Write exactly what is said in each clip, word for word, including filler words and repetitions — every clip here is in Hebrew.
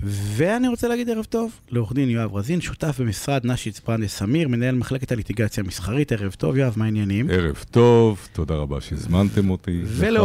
ואני רוצה להגיד ערב טוב לעורך דין יואב רזין, שותף במשרד נשיץ ברנדס אמיר, מנהל מחלקת הליטיגציה המסחרית. ערב טוב יואב, מה העניינים? ערב טוב, תודה רבה שהזמנתם אותי.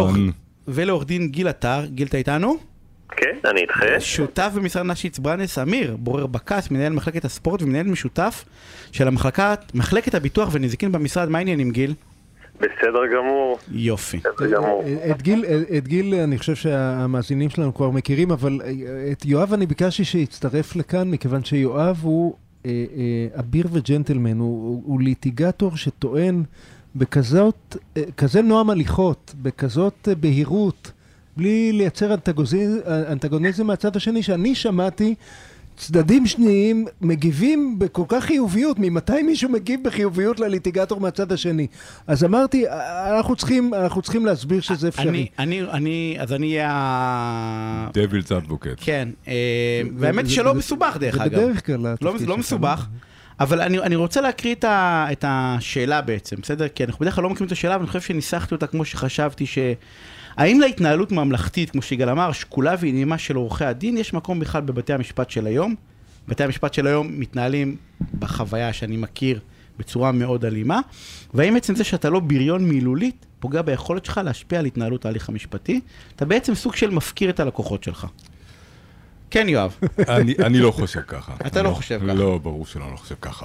ולעורך דין גיל אתר, גיל אתה איתנו? כן, אני איתכם. שותף במשרד נשיץ ברנדס אמיר, בורר בקס, מנהל מחלקת הספורט ומנהל משותף של המחלקת, מחלקת הביטוח ונזיקין במשרד. מה העניינים גיל? בסדר גמור. יופי. בסדר גמור. את גיל, את גיל אני חושב שהמאזינים שלנו כבר מכירים, אבל את יואב אני ביקשתי שיצטרף לכאן, מכיוון שיואב הוא אביר וג'נטלמן, הוא, הוא ליטיגטור שטוען בכזאת, כזה נועם הליכות, בכזאת בהירות, בלי לייצר אנטגוניזם, אנטגוניזם מהצד השני, שאני שמעתי צדדים שניים מגיבים בכל כך חיוביות. ממתי מישהו מגיב בחיוביות לליטיגטור מהצד השני? אז אמרתי, אנחנו צריכים, אנחנו צריכים להסביר שזה אפשרי. אני, אני, אני, אז אני אהיה... דבילס אדבוקט. כן, והאמת שלא מסובך דרך אגב. בדרך כלל. לא מסובך. אבל אני, אני רוצה להקריא את, ה, את השאלה בעצם, בסדר? כי אנחנו בדרך כלל לא מכירים את השאלה, אבל אני חושב שניסחתי אותה כמו שחשבתי ש... האם להתנהלות ממלכתית, כמו שיגאל אמר, שקולה ועניימה של עורכי הדין, יש מקום בכלל בבתי המשפט של היום? בתי המשפט של היום מתנהלים בחוויה שאני מכיר בצורה מאוד אלימה, והאם בעצם זה שאתה לא בריון מילולית, פוגע ביכולת שלך להשפיע על התנהלות ההליך המשפטי, אתה בעצם סוג של מפקיר את הלקוחות שלך. כן, יואב. אני, אני לא חושב ככה. אתה לא חושב ככה. לא, ברור שלא, לא חושב ככה.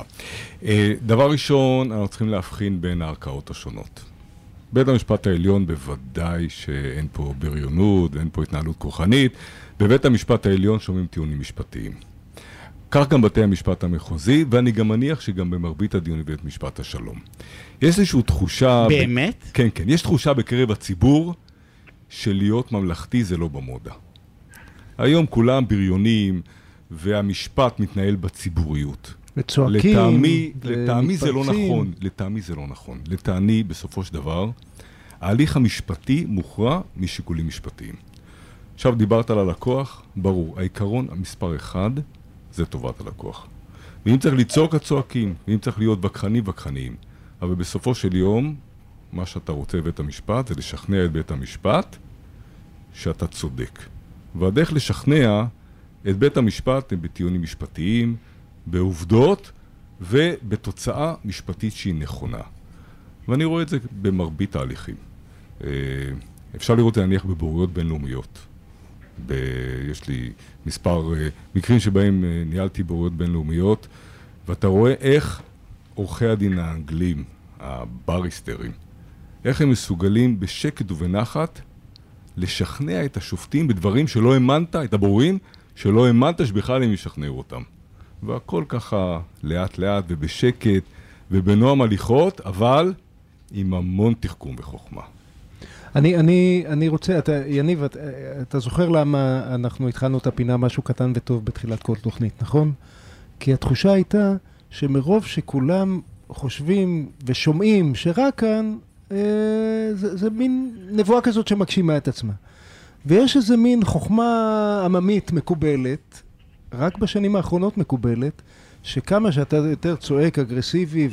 דבר ראשון, אנחנו צריכים להבחין בין הערכאות השונות. בית המשפט העליון בוודאי שאין פה בריונות, אין פה התנהלות כוחנית. בבית המשפט העליון שומעים טיעונים משפטיים. כך גם בתי המשפט המחוזי, ואני גם מניח שגם במרבית הדיונים בבית משפט השלום. יש איזושהי תחושה... באמת? ב... כן, כן. יש תחושה בקרב הציבור שלהיות ממלכתי זה לא במודה. היום כולם בריונים, והמשפט מתנהל בציבוריות. וצועקים, לטעמי, לטעמי זה לא נכון, לטעמי זה לא נכון. לטעמי, בסופו של דבר, ההליך המשפטי מוכרע משיקולים משפטיים. עכשיו דיברת על הלקוח, ברור, העיקרון המספר אחד זה טובת הלקוח. ואם צריך לצעוק הצועקים, ואם צריך להיות וכחנים וכחניים, אבל בסופו של יום, מה שאתה רוצה בבית המשפט זה לשכנע את בית המשפט שאתה צודק. והדרך לשכנע את בית המשפט הם בטיעונים משפטיים, בעובדות ובתוצאה משפטית שהיא נכונה. ואני רואה את זה במרבית ההליכים. אפשר לראות את זה נניח בבוררויות בינלאומיות. ב... יש לי מספר מקרים שבהם ניהלתי בוררויות בינלאומיות, ואתה רואה איך עורכי הדין האנגלים, הבריסטרים, איך הם מסוגלים בשקט ובנחת לשכנע את השופטים בדברים שלא האמנת, את הבוררים, שלא האמנת שבכלל הם ישכנעו אותם. והכל ככה לאט לאט ובשקט ובנועם הליכות, אבל עם המון תחכום וחוכמה. אני, אני, אני רוצה, אתה, יניב, אתה, אתה זוכר למה אנחנו התחלנו את הפינה משהו קטן וטוב בתחילת כל תוכנית, נכון? כי התחושה הייתה שמרוב שכולם חושבים ושומעים שרק כאן, אה, זה, זה מין נבואה כזאת שמגשימה את עצמה. ויש איזה מין חוכמה עממית מקובלת, רק בשנים האחרונות מקובלת, שכמה שאתה יותר צועק, אגרסיבי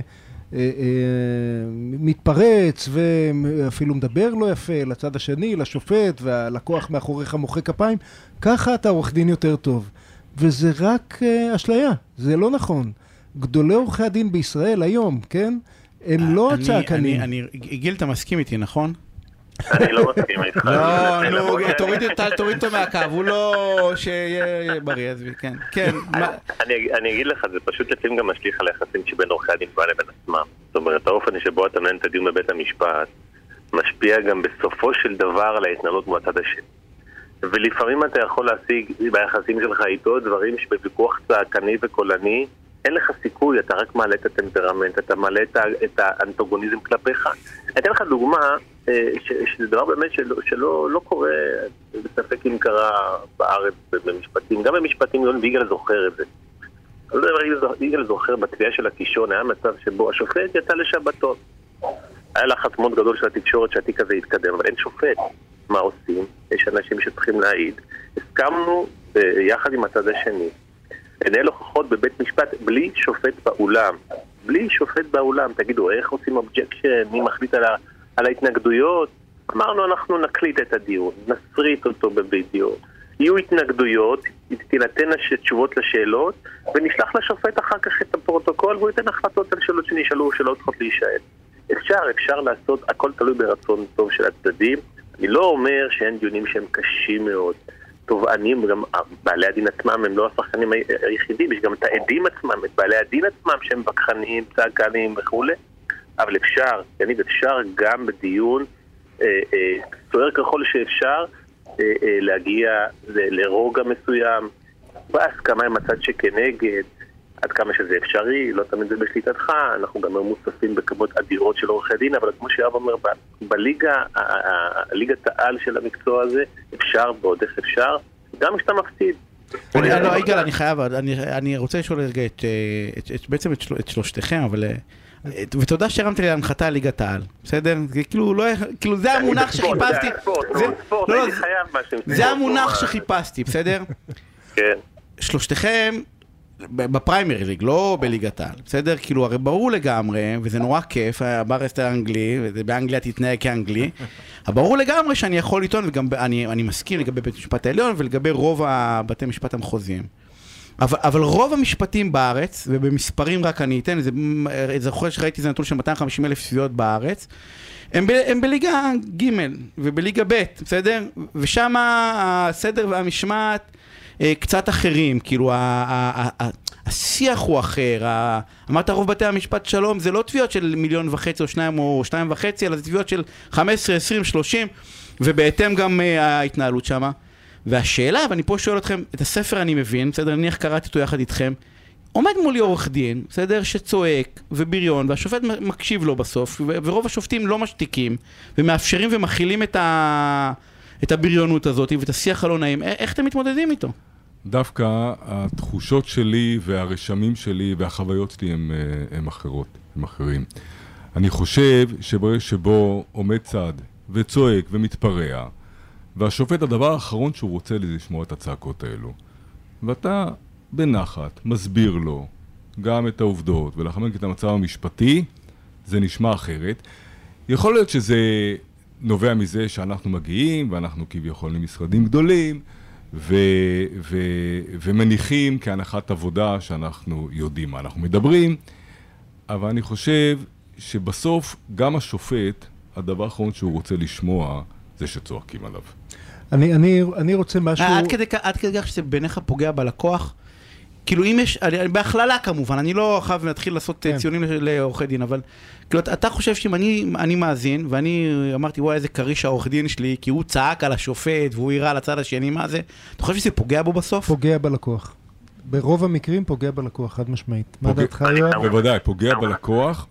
ומתפרץ ואפילו מדבר לא יפה לצד השני, לשופט, והלקוח מאחוריך מוחא כפיים, ככה אתה עורך דין יותר טוב. וזה רק אשליה, זה לא נכון. גדולי עורכי הדין בישראל היום, כן? הם לא צעקנים. גיל, אתה מסכים איתי, נכון? אני לא מסכים איתך. לא, נו, תוריד אותו מהקו, הוא לא שיהיה בריא, אז כן. כן. אני אגיד לך, זה פשוט לפעמים גם משליך על היחסים שבין עורכי הדין לבין עצמם. זאת אומרת, האופן שבו אתה מנהל את הדיון בבית המשפט משפיע גם בסופו של דבר על ההתנהלות מהצד השני. ולפעמים אתה יכול להשיג ביחסים שלך איתו דברים שבוויכוח צעקני וקולני אין לך סיכוי, אתה רק מעלה את הטמפרמנט, אתה מעלה את האנטגוניזם כלפיך. אני אתן לך דוגמה, שזה דבר באמת שלא, שלא לא קורה, בספק אם קרה בארץ במשפטים, גם במשפטים, ויגאל זוכר את זה. אני לא יודע, ויגאל זוכר בתביעה של הקישון, היה מצב שבו השופט יצא לשבתון. היה לחץ מאוד גדול של התקשורת שהתיק הזה יתקדם, אבל אין שופט. מה עושים? יש אנשים שצריכים להעיד. הסכמנו יחד עם הצד השני. לנהל הוכחות בבית משפט בלי שופט באולם. בלי שופט באולם. תגידו, איך עושים אובג'קשן? מי מחליט על, ה, על ההתנגדויות? אמרנו, אנחנו נקליט את הדיון, נסריט אותו בווידאו, יהיו התנגדויות, תינתן תשובות לשאלות, ונשלח לשופט אחר כך את הפרוטוקול, והוא ייתן החלטות על שאלות שנשאלו, שאלות צריכות להישאל. אפשר, אפשר לעשות, הכל תלוי ברצון טוב של הצדדים. אני לא אומר שאין דיונים שהם קשים מאוד. תובענים, גם בעלי הדין עצמם הם לא השחקנים היחידים, יש גם את העדים עצמם, את בעלי הדין עצמם שהם וכחניים, צעקנים וכו'. אבל אפשר, יניב, אפשר גם בדיון אה, אה, סוער ככל שאפשר אה, אה, להגיע לרוגע מסוים, בהסכמה עם הצד שכנגד, עד כמה שזה אפשרי, לא תמיד זה בשליטתך, אנחנו גם מוספים בכמות אדירות של עורכי דין, אבל כמו שאב אומר, בליגה, הליגת העל של המקצוע הזה, אפשר ועוד איך אפשר, גם כשאתה מפסיד. לא, יגאל, אני חייב, אני רוצה לשאול רגע בעצם את שלושתכם, אבל... ותודה שהרמת לי להנחתה על ליגת העל, בסדר? כאילו זה המונח שחיפשתי, זה המונח שחיפשתי, בסדר? כן. שלושתכם בפריימרי ליג, לא בליגת העל, בסדר? כאילו הרי ברור לגמרי, וזה נורא כיף, הברסט האנגלי, ובאנגליה תתנהג כאנגלי, ברור לגמרי שאני יכול לטעון, וגם אני מסכים לגבי בית המשפט העליון, ולגבי רוב בתי המשפט המחוזיים. אבל, אבל רוב המשפטים בארץ, ובמספרים רק אני אתן, זה, זוכר שראיתי זה נתון של מאתיים וחמישים אלף תביעות בארץ, הם, ב, הם בליגה ג' ובליגה ב', בסדר? ושם הסדר והמשמעת קצת אחרים, כאילו ה, ה, ה, ה, השיח הוא אחר, ה, אמרת רוב בתי המשפט שלום, זה לא תביעות של מיליון וחצי או שניים או שתיים וחצי, אלא זה תביעות של חמש עשרה, עשרים, שלושים, ובהתאם גם ההתנהלות שמה. והשאלה, ואני פה שואל אתכם, את הספר אני מבין, בסדר, נניח קראתי אותו יחד איתכם, עומד מולי עורך דין, בסדר, שצועק ובריון, והשופט מקשיב לו בסוף, ורוב השופטים לא משתיקים, ומאפשרים ומכילים את, ה... את הבריונות הזאת, ואת השיח הלא נעים. איך אתם מתמודדים איתו? דווקא התחושות שלי והרשמים שלי והחוויות שלי הם, הם אחרות, הם אחרים. אני חושב שבו, שבו עומד צד וצועק ומתפרע, והשופט, הדבר האחרון שהוא רוצה לשמוע את הצעקות האלו. ואתה בנחת מסביר לו גם את העובדות, ולאחר מכן את המצב המשפטי, זה נשמע אחרת. יכול להיות שזה נובע מזה שאנחנו מגיעים, ואנחנו כביכול למשרדים גדולים, ו- ו- ומניחים כהנחת עבודה שאנחנו יודעים מה אנחנו מדברים, אבל אני חושב שבסוף גם השופט, הדבר האחרון שהוא רוצה לשמוע, זה שצועקים עליו. אני, אני, אני רוצה משהו... עד כדי, עד כדי כך שזה ביניך פוגע בלקוח? כאילו אם יש, אני, בהכללה כמובן, אני לא חייב להתחיל לעשות כן. ציונים לעורכי דין, אבל כאילו אתה חושב שאם אני, אני מאזין, ואני אמרתי, וואי, איזה קריש העורך דין שלי, כי הוא צעק על השופט, והוא יראה על הצד השני, מה זה? אתה חושב שזה פוגע בו בסוף? פוגע בלקוח. ברוב המקרים פוגע בלקוח, חד משמעית. מה דעתך, יואב? בוודאי, פוגע בלקוח,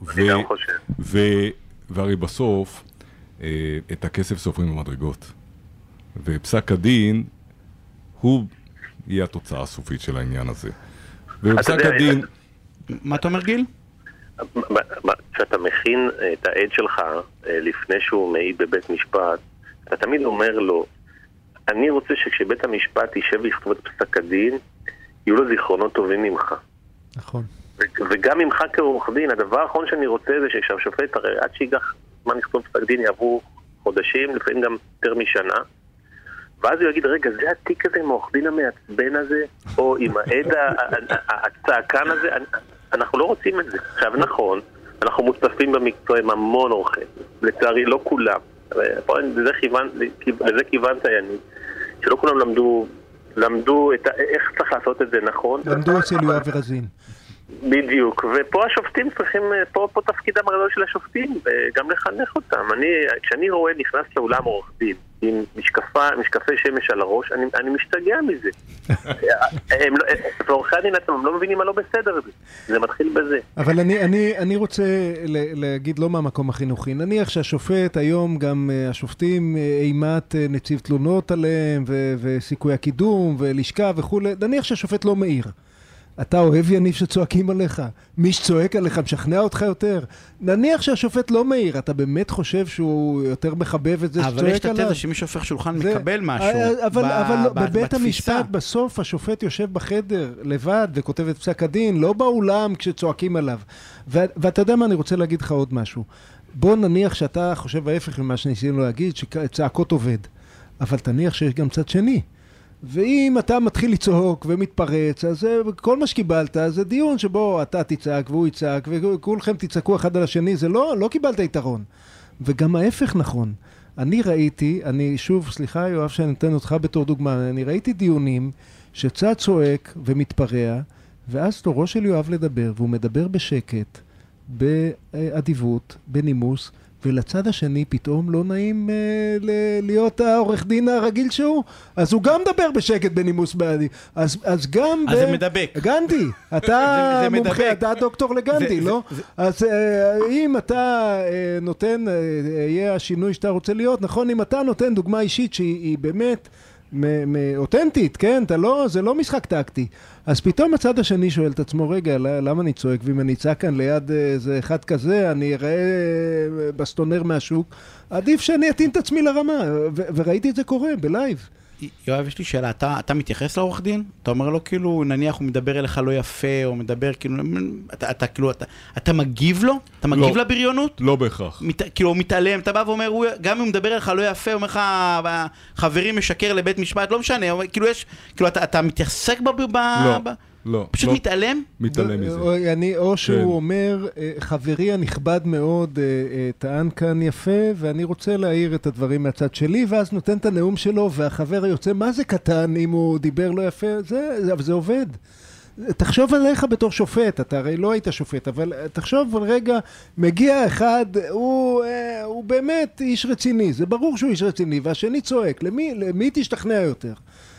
והרי בסוף, את הכסף סופרים במדרגות. ופסק הדין הוא יהיה התוצאה הסופית של העניין הזה. ופסק הדין... מה אתה אומר, גיל? כשאתה מכין את העד שלך לפני שהוא מעיד בבית משפט, אתה תמיד אומר לו, אני רוצה שכשבית המשפט יישב ויכתוב את פסק הדין, יהיו לו זיכרונות טובים ממך. נכון. וגם ממך כעורך דין, הדבר האחרון שאני רוצה זה שהשופט, הרי עד שיגח זמן לכתוב פסק דין יעברו חודשים, לפעמים גם יותר משנה, ואז הוא יגיד, רגע, זה התיק הזה עם העורך דין המעצבן הזה, או עם העד הצעקן הזה, אנחנו לא רוצים את זה. עכשיו, נכון, אנחנו מוצפים במקצוע עם המון עורכים, לצערי לא כולם, לזה כיוונת, יניב, שלא כולם למדו, למדו איך צריך לעשות את זה נכון. למדו אצל יואב ורזין. בדיוק, ופה השופטים צריכים, פה, פה תפקידם הגדול של השופטים, וגם לחנך אותם. אני, כשאני רואה נכנס לאולם עורך דין, עם משקפה, משקפי שמש על הראש, אני, אני משתגע מזה. הם לא, ועורכי הדין עצמם לא מבינים מה לא בסדר, זה מתחיל בזה. אבל אני, אני, אני רוצה להגיד לא מהמקום החינוכי. נניח שהשופט היום, גם השופטים, אימת נציב תלונות עליהם, ו- וסיכוי הקידום, ולשכה וכו'. נניח שהשופט לא מאיר. אתה אוהב, יניב, שצועקים עליך? מי שצועק עליך משכנע אותך יותר? נניח שהשופט לא מהיר, אתה באמת חושב שהוא יותר מחבב את זה שצועק עליו? אבל יש את התזה שמי שהופך שולחן מקבל משהו אבל, אבל בבית המשפט בסוף השופט יושב בחדר לבד וכותב את פסק הדין, לא באולם כשצועקים עליו. ואתה יודע מה, אני רוצה להגיד לך עוד משהו. בוא נניח שאתה חושב ההפך ממה שניסינו להגיד, שצעקות עובד. אבל תניח שיש גם צד שני. ואם אתה מתחיל לצעוק ומתפרץ, אז כל מה שקיבלת זה דיון שבו אתה תצעק והוא יצעק וכולכם תצעקו אחד על השני, זה לא, לא קיבלת יתרון. וגם ההפך נכון. אני ראיתי, אני שוב, סליחה יואב שאני נותן אותך בתור דוגמה, אני ראיתי דיונים שצד צועק ומתפרע, ואז תורו של יואב לדבר, והוא מדבר בשקט, באדיבות, בנימוס, ולצד השני פתאום לא נעים אה, ל- להיות העורך דין הרגיל שהוא, אז הוא גם מדבר בשקט בנימוס בעדי. אז, אז גם... אז ב- זה מדבק. גנדי, אתה זה- זה מומחה, מדבק. אתה דוקטור לגנדי, זה- לא? זה- אז אה, אם אתה אה, נותן, אה, יהיה השינוי שאתה רוצה להיות, נכון, אם אתה נותן דוגמה אישית שהיא היא באמת מ- מ- אותנטית, כן? אתה לא, זה לא משחק טקטי. אז פתאום הצד השני שואל את עצמו, רגע, למה אני צועק? ואם אני צעק כאן ליד איזה אחד כזה, אני אראה בסטונר מהשוק. עדיף שאני אתאים את עצמי לרמה, ו- וראיתי את זה קורה בלייב. יואב, יש לי שאלה, אתה, אתה מתייחס לעורך דין? אתה אומר לו כאילו, נניח הוא מדבר אליך לא יפה, או מדבר כאילו, אתה, אתה כאילו, אתה, אתה מגיב לו? אתה מגיב לא, לבריונות? לא בהכרח. מת, כאילו הוא מתעלם, אתה בא ואומר, הוא, גם אם הוא מדבר אליך לא יפה, הוא אומר לך, חברים משקר לבית משפט, לא משנה, הוא, כאילו יש, כאילו אתה, אתה מתעסק ב... ב לא, ב, לא. פשוט לא, מתעלם? מתעלם מזה. או, אני, או שהוא כן. אומר, חברי הנכבד מאוד טען כאן יפה, ואני רוצה להעיר את הדברים מהצד שלי, ואז נותן את הנאום שלו, והחבר יוצא, מה זה קטן אם הוא דיבר לא יפה? זה, זה עובד. תחשוב עליך בתור שופט, אתה הרי לא היית שופט, אבל תחשוב על רגע, מגיע אחד, הוא, הוא באמת איש רציני, זה ברור שהוא איש רציני, והשני צועק, למי, למי תשתכנע יותר?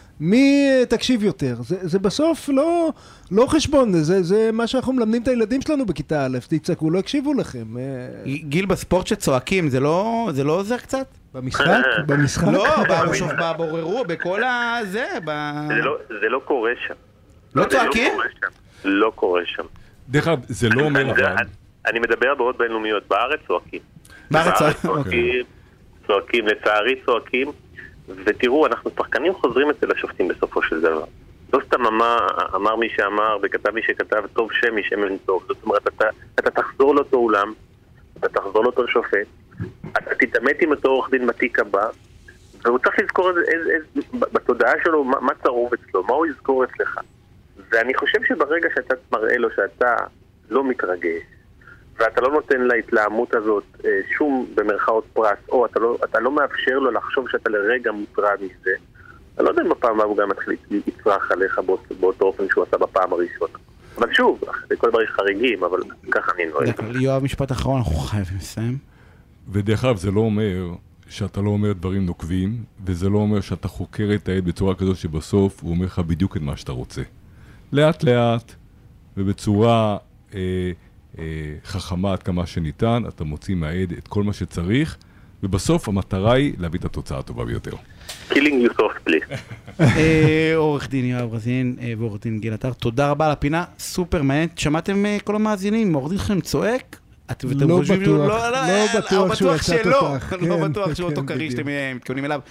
מי תקשיב יותר? זה, זה בסוף לא, לא חשבון, זה, זה מה שאנחנו מלמדים את הילדים שלנו בכיתה א', תצעקו, לא הקשיבו לכם. גיל, בספורט שצועקים, זה לא, זה לא עוזר קצת? במשחק? במשחק? לא, בבוררו, בכל הזה, ב... זה לא, זה לא קורה שם. לא זה צועקים? קורה שם. לא קורה שם. דרך אגב, זה לא אומר אני- אבל... אני מדבר בעוד בינלאומיות, בארץ צועקים. בארץ צועקים, צועקים, לצערי צועקים, ותראו, אנחנו שחקנים חוזרים אצל השופטים בסופו של דבר. לא סתם אמר, אמר מי שאמר וכתב מי שכתב, טוב שם מי שמן טוב. זאת אומרת, אתה, אתה תחזור לאותו אולם, אתה תחזור לאותו שופט, אתה תתעמת עם אותו עורך דין בתיק הבא, והוא צריך לזכור איזה, איזה, איזה, בתודעה שלו מה, מה צרוב אצלו, מה הוא יזכור אצלך. ואני חושב שברגע שאתה מראה לו שאתה לא מתרגש, ואתה לא נותן להתלהמות הזאת שום במרכאות פרס, או אתה לא, אתה לא מאפשר לו לחשוב שאתה לרגע מוטרד מזה, אני לא יודע אם בפעם הבאה הוא גם מתחיל לצרח עליך באות, באותו אופן שהוא עשה בפעם הראשונה. אבל שוב, זה כל דבר יש חריגים, אבל ככה אני נוהג. יואב, משפט אחרון, אנחנו חייבים לסיים. ודרך אגב, זה לא אומר שאתה לא אומר דברים נוקבים, וזה לא אומר שאתה חוקר את העד בצורה כזאת שבסוף הוא אומר לך בדיוק את מה שאתה רוצה. לאט לאט, ובצורה אה, אה, חכמה עד כמה שניתן, אתה מוציא מהעד את כל מה שצריך, ובסוף המטרה היא להביא את התוצאה הטובה ביותר. Killing you softly. עורך דין יואב רזין ועורך דין גיל עטר, תודה רבה על הפינה, סופר מעניינת. שמעתם כל המאזינים, עורך דין שלכם צועק? לא בטוח, לא בטוח שהוא יצא תותח. לא בטוח שהוא אותו קריש שאתם מתכוונים אליו.